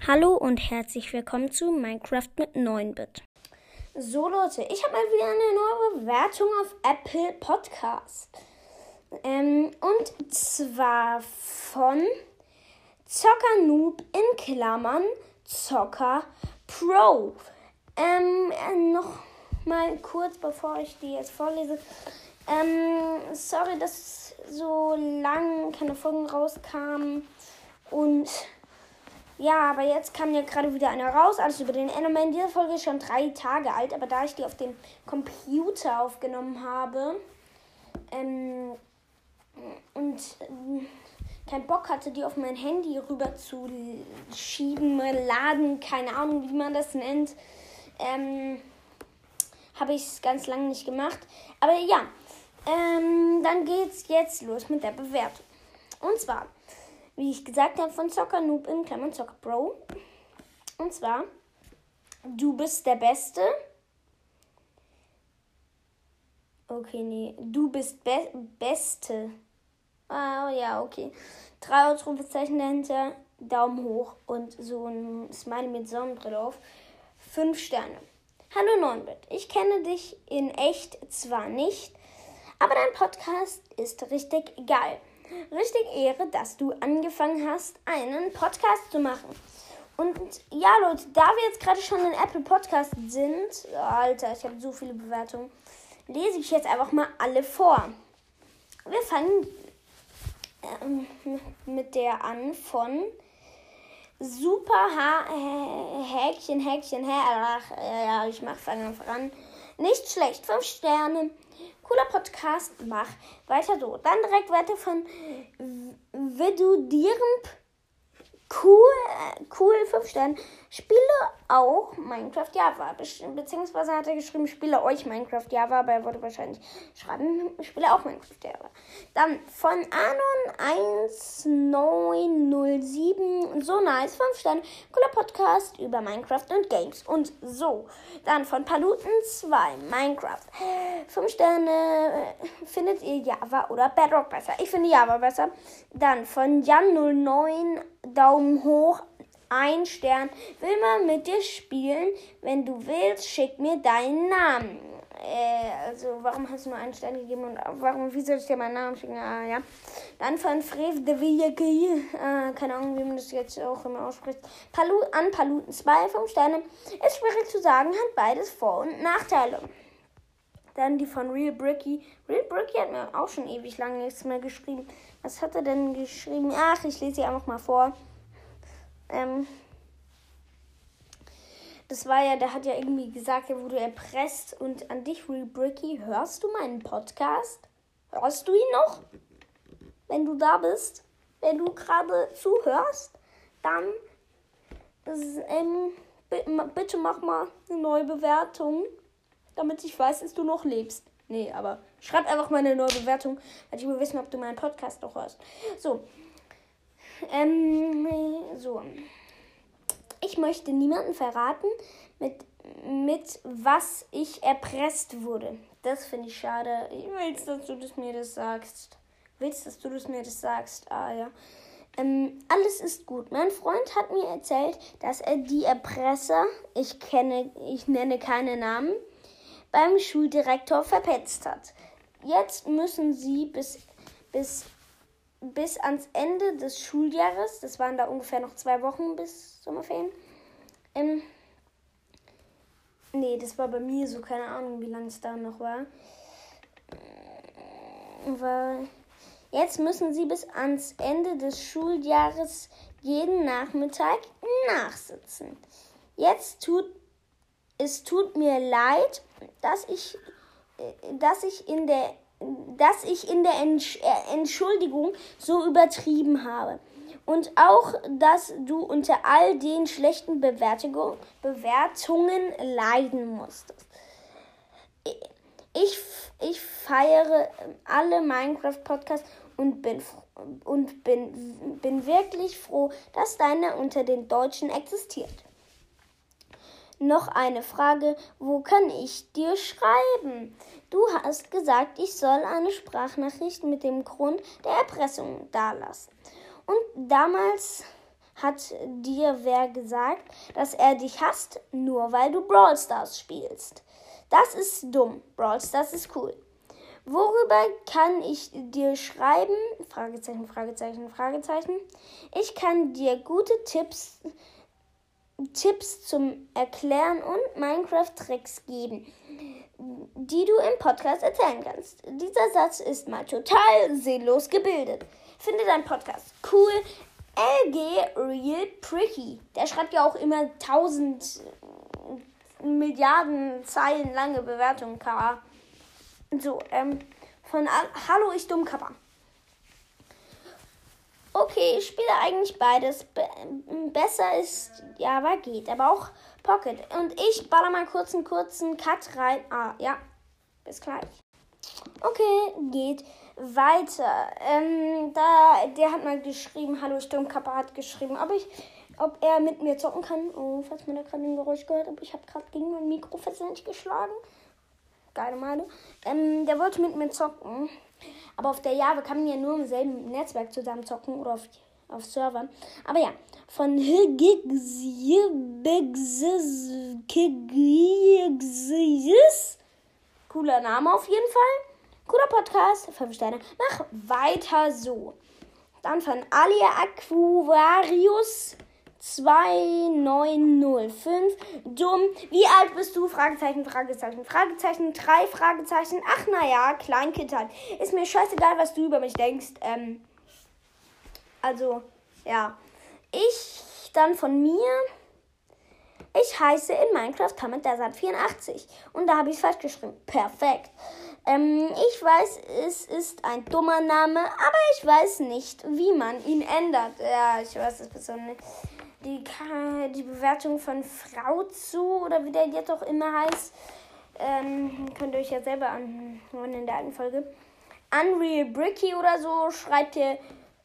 Hallo und herzlich willkommen zu Minecraft mit 9-Bit. So Leute, ich habe mal wieder eine neue Bewertung auf Apple Podcast. Und zwar von Zocker Noob in Klammern Zocker Pro. Noch mal kurz, bevor ich die jetzt vorlese. Sorry, dass so lang keine Folgen rauskamen. Und ja, aber jetzt kam ja gerade wieder eine raus, alles über den Enderman. Diese Folge ist schon 3 Tage alt, aber da ich die auf dem Computer aufgenommen habe und keinen Bock hatte, die auf mein Handy rüber zu schieben, laden, keine Ahnung, wie man das nennt, habe ich es ganz lange nicht gemacht. Aber ja, dann geht's jetzt los mit der Bewertung. Und zwar, wie ich gesagt habe, von Zocker Noob in Klammern Zocker Pro. Und zwar, du bist der Beste. Okay, nee, du bist Beste. Ah, ja, okay. 3 Ausrufezeichen dahinter, Daumen hoch und so ein Smiley mit Sonnenbrille auf. 5 Sterne. Hallo 9-Bit, ich kenne dich in echt zwar nicht, aber dein Podcast ist richtig geil. Richtig Ehre, dass du angefangen hast, einen Podcast zu machen. Und ja, Leute, da wir jetzt gerade schon in Apple Podcast sind, Alter, ich habe so viele Bewertungen, lese ich jetzt einfach mal alle vor. Wir fangen mit der an von Super Häkchen, ich fange einfach an. Nicht schlecht, 5 Sterne. Cooler Podcast, mach weiter so. Dann direkt weiter von Vidudierend. Cool, 5 Sterne. Spiele auch Minecraft Java. Beziehungsweise hat er geschrieben, spiele euch Minecraft Java, aber er wollte wahrscheinlich schreiben, spiele auch Minecraft Java. Dann von Anon1907, so nice, 5 Sterne. Cooler Podcast über Minecraft und Games und so. Dann von Paluten2, Minecraft. 5 Sterne, findet ihr Java oder Bedrock besser? Ich finde Java besser. Dann von Jan09, Daumen hoch, 1 Stern. Will mal mit dir spielen? Wenn du willst, schick mir deinen Namen. Also, warum hast du nur 1 Stern gegeben und wie soll ich dir meinen Namen schicken? Ja. Dann von Frev de Villaki, keine Ahnung, wie man das jetzt auch immer ausspricht. Paluten2, 5 Sterne. Ist schwierig zu sagen, hat beides Vor- und Nachteile. Dann die von Real Bricky. Real Bricky hat mir auch schon ewig lange nichts mehr geschrieben. Was hat er denn geschrieben? Ach, ich lese sie einfach mal vor. Das war ja, der hat ja irgendwie gesagt, er wurde erpresst. Und an dich, Real Bricky, hörst du meinen Podcast? Hörst du ihn noch? Wenn du da bist, wenn du gerade zuhörst, dann bitte mach mal eine neue Bewertung, damit ich weiß, dass du noch lebst. Nee, aber schreib einfach mal eine neue Bewertung, weil ich will wissen, ob du meinen Podcast noch hörst. So. Ich möchte niemanden verraten, mit was ich erpresst wurde. Das finde ich schade. Ich will, dass du mir das sagst. Ah, ja. Alles ist gut. Mein Freund hat mir erzählt, dass er die Erpresser, ich nenne keine Namen, beim Schuldirektor verpetzt hat. Jetzt müssen sie bis ans Ende des Schuljahres, das waren da ungefähr noch 2 Wochen bis Sommerferien. Nee, das war bei mir so, keine Ahnung, wie lange es da noch war. Jetzt müssen sie bis ans Ende des Schuljahres jeden Nachmittag nachsitzen. Es tut mir leid, dass ich in der Entschuldigung so übertrieben habe. Und auch, dass du unter all den schlechten Bewertungen leiden musstest. Ich feiere alle Minecraft-Podcasts und bin wirklich froh, dass deiner unter den Deutschen existiert. Noch eine Frage, wo kann ich dir schreiben? Du hast gesagt, ich soll eine Sprachnachricht mit dem Grund der Erpressung dalassen. Und damals hat dir wer gesagt, dass er dich hasst, nur weil du Brawl Stars spielst. Das ist dumm. Brawl Stars ist cool. Worüber kann ich dir schreiben? Fragezeichen, Fragezeichen, Fragezeichen. Ich kann dir gute Tipps zum Erklären und Minecraft-Tricks geben, die du im Podcast erzählen kannst. Dieser Satz ist mal total sinnlos gebildet. Finde deinen Podcast cool. LG Real Pricky. Der schreibt ja auch immer 1000 Milliarden Zeilen lange Bewertungen. So, von Hallo, ich Dummkapper. Okay, ich spiele eigentlich beides. Besser ist Java geht, aber auch Pocket. Und ich baller mal kurz einen kurzen Cut rein. Ja, bis gleich. Okay, geht weiter. Der hat mal geschrieben, Hallo, ich Dummkapper hat geschrieben, ob er mit mir zocken kann. Oh, falls man da gerade ein Geräusch gehört hat, ich habe gerade gegen mein Mikro versehentlich geschlagen. Geile Meile. Der wollte mit mir zocken. Aber auf der Java kann man ja nur im selben Netzwerk zusammen zocken oder auf Servern. Aber ja, von cooler Name auf jeden Fall. Cooler Podcast. 5 Sterne. Mach weiter so. Dann von Alia Aquarius 2905. Dumm. Wie alt bist du? Fragezeichen, Fragezeichen, Fragezeichen, 3 Fragezeichen. Ach naja, Kleinkind halt. Ist mir scheißegal, was du über mich denkst. Also, ja. Ich dann von mir. Ich heiße in Minecraft Tamet Desert 84. Und da habe ich es falsch geschrieben. Perfekt. Ich weiß, es ist ein dummer Name, aber ich weiß nicht, wie man ihn ändert. Ja, ich weiß es besonders nicht. Die Bewertung von Frau zu, oder wie der jetzt auch immer heißt, könnt ihr euch ja selber anhören in der alten Folge. Unreal Bricky oder so, schreibt ihr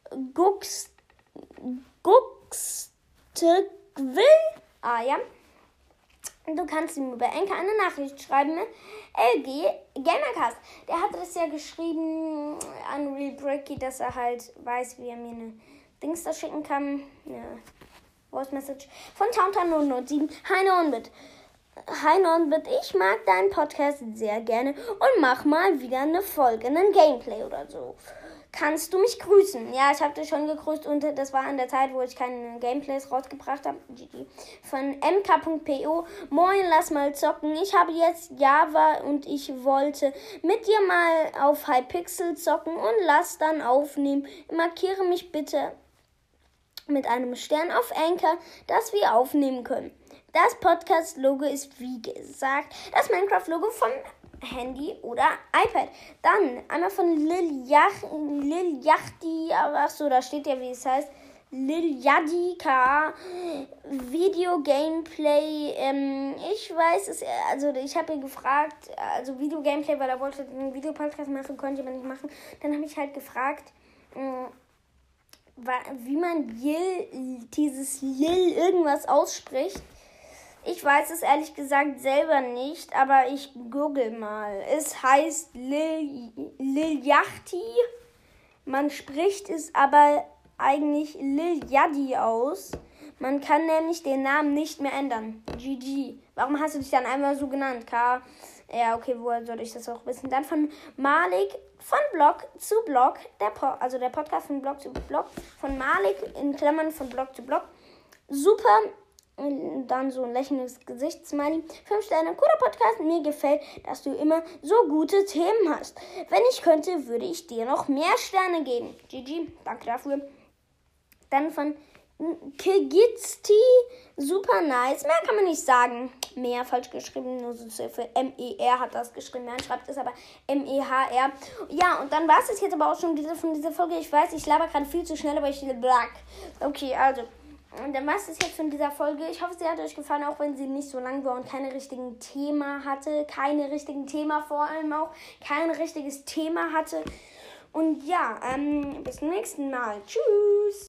Guxtequil. Ja. Du kannst ihm über Anchor eine Nachricht schreiben. LG Gamercast. Der hat das ja geschrieben, Unreal Bricky, dass er halt weiß, wie er mir eine Dings da schicken kann. Ja. Voice Message von Towntown 007. Hi Nornbit. Hi Nornbit, ich mag deinen Podcast sehr gerne und mach mal wieder eine Folge, einen Gameplay oder so. Kannst du mich grüßen? Ja, ich habe dich schon gegrüßt und das war in der Zeit, wo ich keine Gameplays rausgebracht habe. GG. Von mk.po. Moin, lass mal zocken. Ich habe jetzt Java und ich wollte mit dir mal auf Hypixel zocken und lass dann aufnehmen. Markiere mich bitte mit einem Stern auf Anchor, dass wir aufnehmen können. Das Podcast-Logo ist wie gesagt das Minecraft-Logo von Handy oder iPad. Dann einmal von Lil Yachty, achso, da steht ja, wie es heißt. Lil Yadi K. Video Gameplay. Ich weiß es, also ich habe ihn gefragt, also Video Gameplay, weil er wollte einen Videopodcast machen, konnte ich aber nicht machen. Dann habe ich halt gefragt, wie man dieses Lil irgendwas ausspricht. Ich weiß es ehrlich gesagt selber nicht, aber ich google mal. Es heißt Lil Yachty. Man spricht es aber eigentlich Lil Yadi aus. Man kann nämlich den Namen nicht mehr ändern. GG. Warum hast du dich dann einmal so genannt? K. Ja, okay, woher soll ich das auch wissen? Dann von Malik von Blog zu Blog. Also der Podcast von Blog zu Blog. Von Malik in Klammern von Blog zu Blog. Super. Und dann so ein lächelndes Gesichtssmiley. 5 Sterne, cooler Podcast. Mir gefällt, dass du immer so gute Themen hast. Wenn ich könnte, würde ich dir noch mehr Sterne geben. GG, danke dafür. Dann von Kigitsti, super nice. Mehr kann man nicht sagen. Mehr falsch geschrieben, nur so für MER hat das geschrieben. Man schreibt es aber MEHR. Ja, und dann war es jetzt aber auch schon von dieser Folge. Ich weiß, ich laber gerade viel zu schnell, aber ich black. Okay, also. Und dann war es jetzt von dieser Folge. Ich hoffe, sie hat euch gefallen, auch wenn sie nicht so lang war und keine richtigen Thema hatte. Keine richtigen Thema vor allem auch. Kein richtiges Thema hatte. Und ja, bis zum nächsten Mal. Tschüss.